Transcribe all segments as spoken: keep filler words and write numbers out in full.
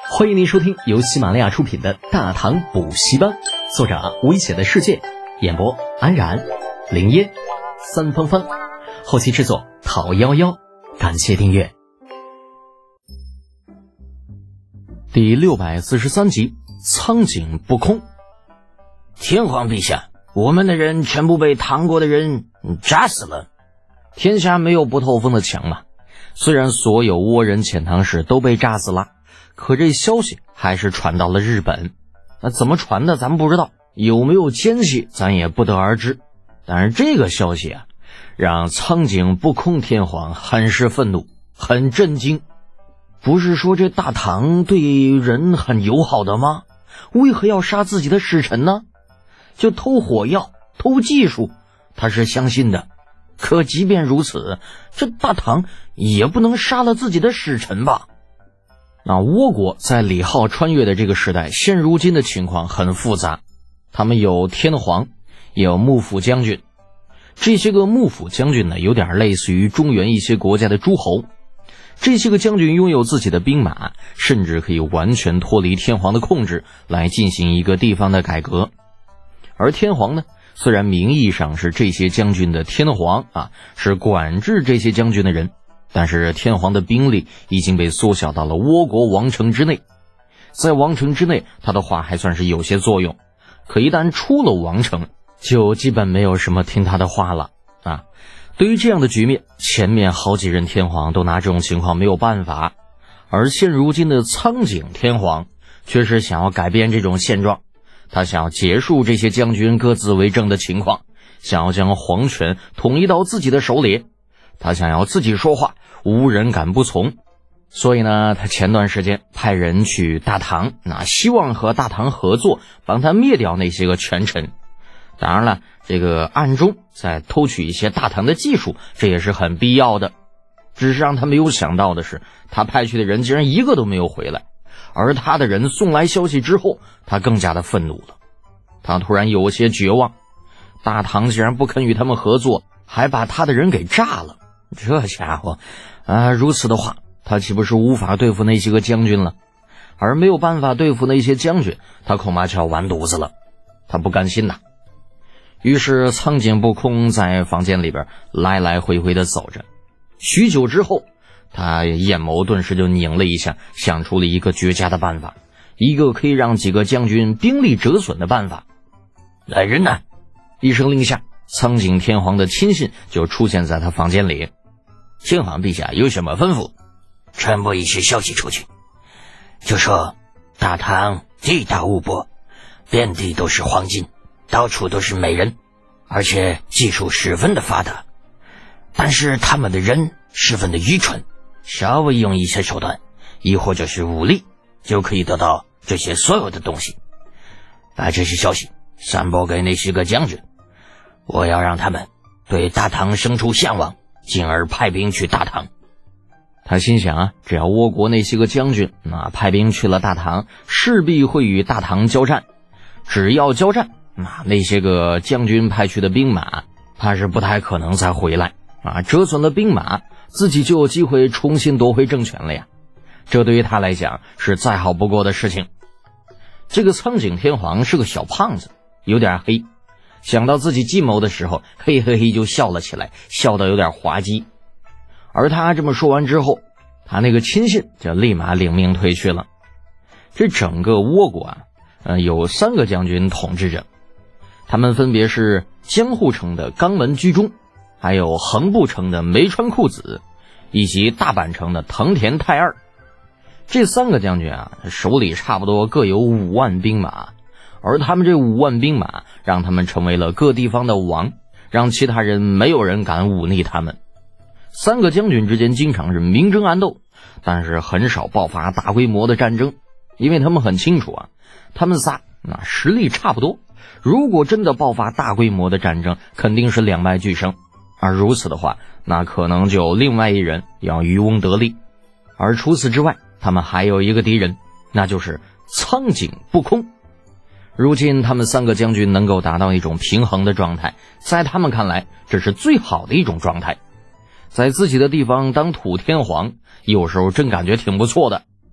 欢迎您收听由喜马拉雅出品的《大唐补习班》，作者危险的世界，演播安然、林烟、三芳芳，后期制作陶幺幺。感谢订阅。第六百四十三集，苍井不空。 天皇陛下，我们的人全部被唐国的人炸死了。天下没有不透风的墙嘛。虽然所有倭人遣唐使都被炸死了，可这消息还是传到了日本。那怎么传的咱们不知道，有没有奸细咱也不得而知。但是这个消息啊，让苍井不空天皇很是愤怒，很震惊。不是说这大唐对人很友好的吗？为何要杀自己的使臣呢？就偷火药、偷技术，他是相信的。可即便如此，这大唐也不能杀了自己的使臣吧？那倭国在李浩穿越的这个时代，现如今的情况很复杂。他们有天皇，也有幕府将军。这些个幕府将军呢，有点类似于中原一些国家的诸侯。这些个将军拥有自己的兵马，甚至可以完全脱离天皇的控制，来进行一个地方的改革。而天皇呢，虽然名义上是这些将军的天皇啊，是管制这些将军的人，但是天皇的兵力已经被缩小到了倭国王城之内。在王城之内，他的话还算是有些作用，可一旦出了王城，就基本没有什么听他的话了啊。对于这样的局面，前面好几任天皇都拿这种情况没有办法，而现如今的苍井天皇却是想要改变这种现状。他想要结束这些将军各自为政的情况，想要将皇权统一到自己的手里。他想要自己说话，无人敢不从。所以呢，他前段时间派人去大唐，那希望和大唐合作，帮他灭掉那些个权臣。当然了，这个暗中再偷取一些大唐的技术，这也是很必要的。只是让他没有想到的是，他派去的人竟然一个都没有回来。而他的人送来消息之后，他更加的愤怒了。他突然有些绝望，大唐竟然不肯与他们合作，还把他的人给炸了。这家伙啊，如此的话，他岂不是无法对付那些个将军了？而没有办法对付那些将军，他恐怕就要完犊子了。他不甘心呐。于是苍井不空在房间里边来来回回的走着。许久之后，他眼眸顿时就拧了一下，想出了一个绝佳的办法，一个可以让几个将军兵力折损的办法。来人呐！一声令下，苍井天皇的亲信就出现在他房间里。天皇陛下有什么吩咐？ 传播一些消息出去，就说大唐地大物博，遍地都是黄金，到处都是美人，而且技术十分的发达，但是他们的人十分的愚蠢，稍微用一些手段，亦或者是武力，就可以得到这些所有的东西。把这些消息散播给那些个将军，我要让他们对大唐生出向往，进而派兵去大唐。 他心想啊，只要倭国那些个将军那派兵去了大唐，势必会与大唐交战。只要交战，那那些个将军派去的兵马，怕是不太可能再回来啊！折损了兵马，自己就有机会重新夺回政权了呀。这对于他来讲是再好不过的事情。这个苍井天皇是个小胖子，有点黑，想到自己计谋的时候，嘿嘿嘿就笑了起来，笑得有点滑稽。而他这么说完之后，他那个亲信就立马领命退去了。这整个倭国啊，呃，有三个将军统治着，他们分别是江户城的冈门居中，还有横部城的梅川裤子，以及大阪城的藤田泰二。这三个将军啊，手里差不多各有五万兵马，而他们这五万兵马让他们成为了各地方的王，让其他人没有人敢忤逆他们。三个将军之间经常是明争暗斗，但是很少爆发大规模的战争，因为他们很清楚啊，他们仨那实力差不多，如果真的爆发大规模的战争，肯定是两败俱伤，而如此的话，那可能就有另外一人要渔翁得利。而除此之外，他们还有一个敌人，那就是苍井不空。如今他们三个将军能够达到一种平衡的状态，在他们看来这是最好的一种状态。在自己的地方当土天皇，有时候真感觉挺不错的。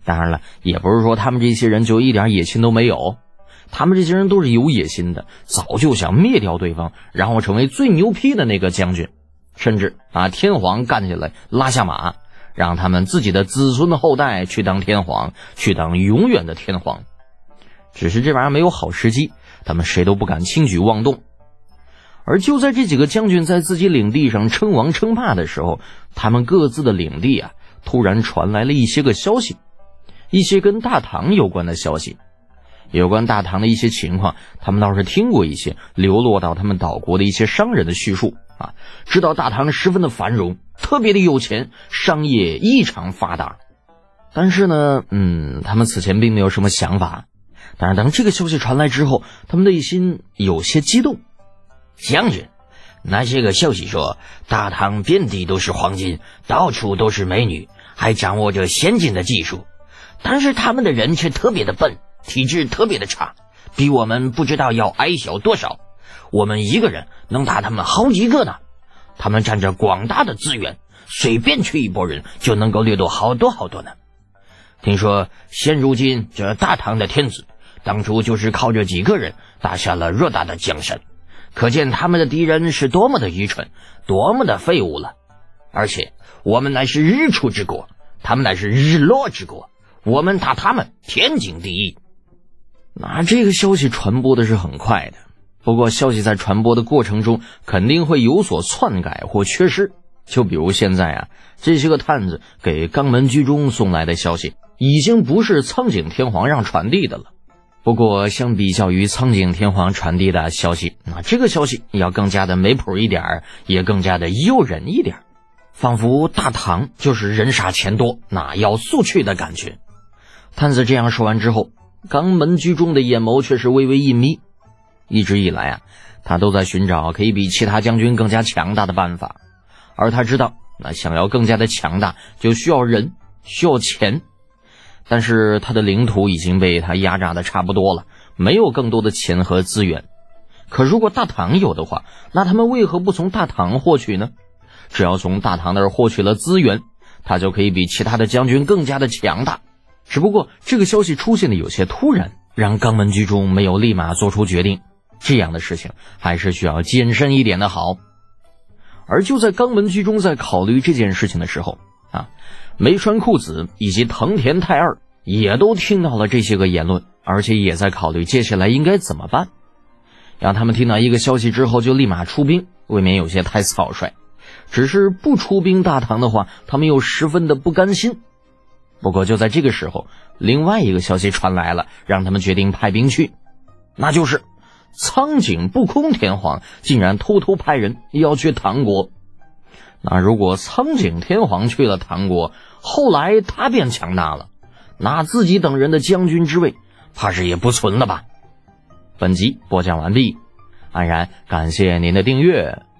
当然了，也不是说他们这些人就一点野心都没有，他们这些人都是有野心的，早就想灭掉对方，然后成为最牛批的那个将军，甚至把天皇干下来拉下马，让他们自己的子孙的后代去当天皇，去当永远的天皇。只是这玩意儿没有好时机，他们谁都不敢轻举妄动。而就在这几个将军在自己领地上称王称霸的时候，他们各自的领地啊，突然传来了一些个消息，一些跟大唐有关的消息。有关大唐的一些情况，他们倒是听过一些流落到他们岛国的一些商人的叙述啊，知道大唐十分的繁荣，特别的有钱，商业异常发达。但是呢，嗯，他们此前并没有什么想法。但是当这个消息传来之后，他们内心有些激动。 将军，那些个消息说大唐遍地都是黄金，到处都是美女，还掌握着先进的技术，但是他们的人却特别的笨，体质特别的差，比我们不知道要矮小多少，我们一个人能打他们好几个呢。他们占着广大的资源，随便去一拨人就能够掠夺好多好多呢。听说现如今这大唐的天子当初就是靠着几个人打下了偌大的江山，可见他们的敌人是多么的愚蠢，多么的废物了。而且我们乃是日出之国，他们乃是日落之国，我们打他们天经地义。 那这个消息传播的是很快的，不过消息在传播的过程中肯定会有所篡改或缺失。就比如现在啊，这些个探子给肛门居中送来的消息，已经不是苍井天皇让传递的了。不过相比较于苍井天皇传递的消息，那这个消息要更加的没谱一点，也更加的诱人一点，仿佛大唐就是人傻钱多，那要速去的感觉。探子这样说完之后，肛门居中的眼眸却是微微一眯。一直以来啊，他都在寻找可以比其他将军更加强大的办法，而他知道那想要更加的强大就需要人，需要钱。但是他的领土已经被他压榨的差不多了，没有更多的钱和资源。可如果大唐有的话，那他们为何不从大唐获取呢？只要从大唐那儿获取了资源，他就可以比其他的将军更加的强大。只不过这个消息出现的有些突然，让肛门居中没有立马做出决定，这样的事情还是需要谨慎一点的好。而就在肛门居中在考虑这件事情的时候啊，梅川裤子以及藤田太二也都听到了这些个言论，而且也在考虑接下来应该怎么办。让他们听到一个消息之后就立马出兵，未免有些太草率，只是不出兵大唐的话，他们又十分的不甘心。不过就在这个时候，另外一个消息传来了，让他们决定派兵去，那就是苍井不空天皇竟然偷偷派人要去唐国。那如果苍井天皇去了唐国，后来他变强大了，那自己等人的将军之位怕是也不存了吧。本集播讲完毕，安然感谢您的订阅。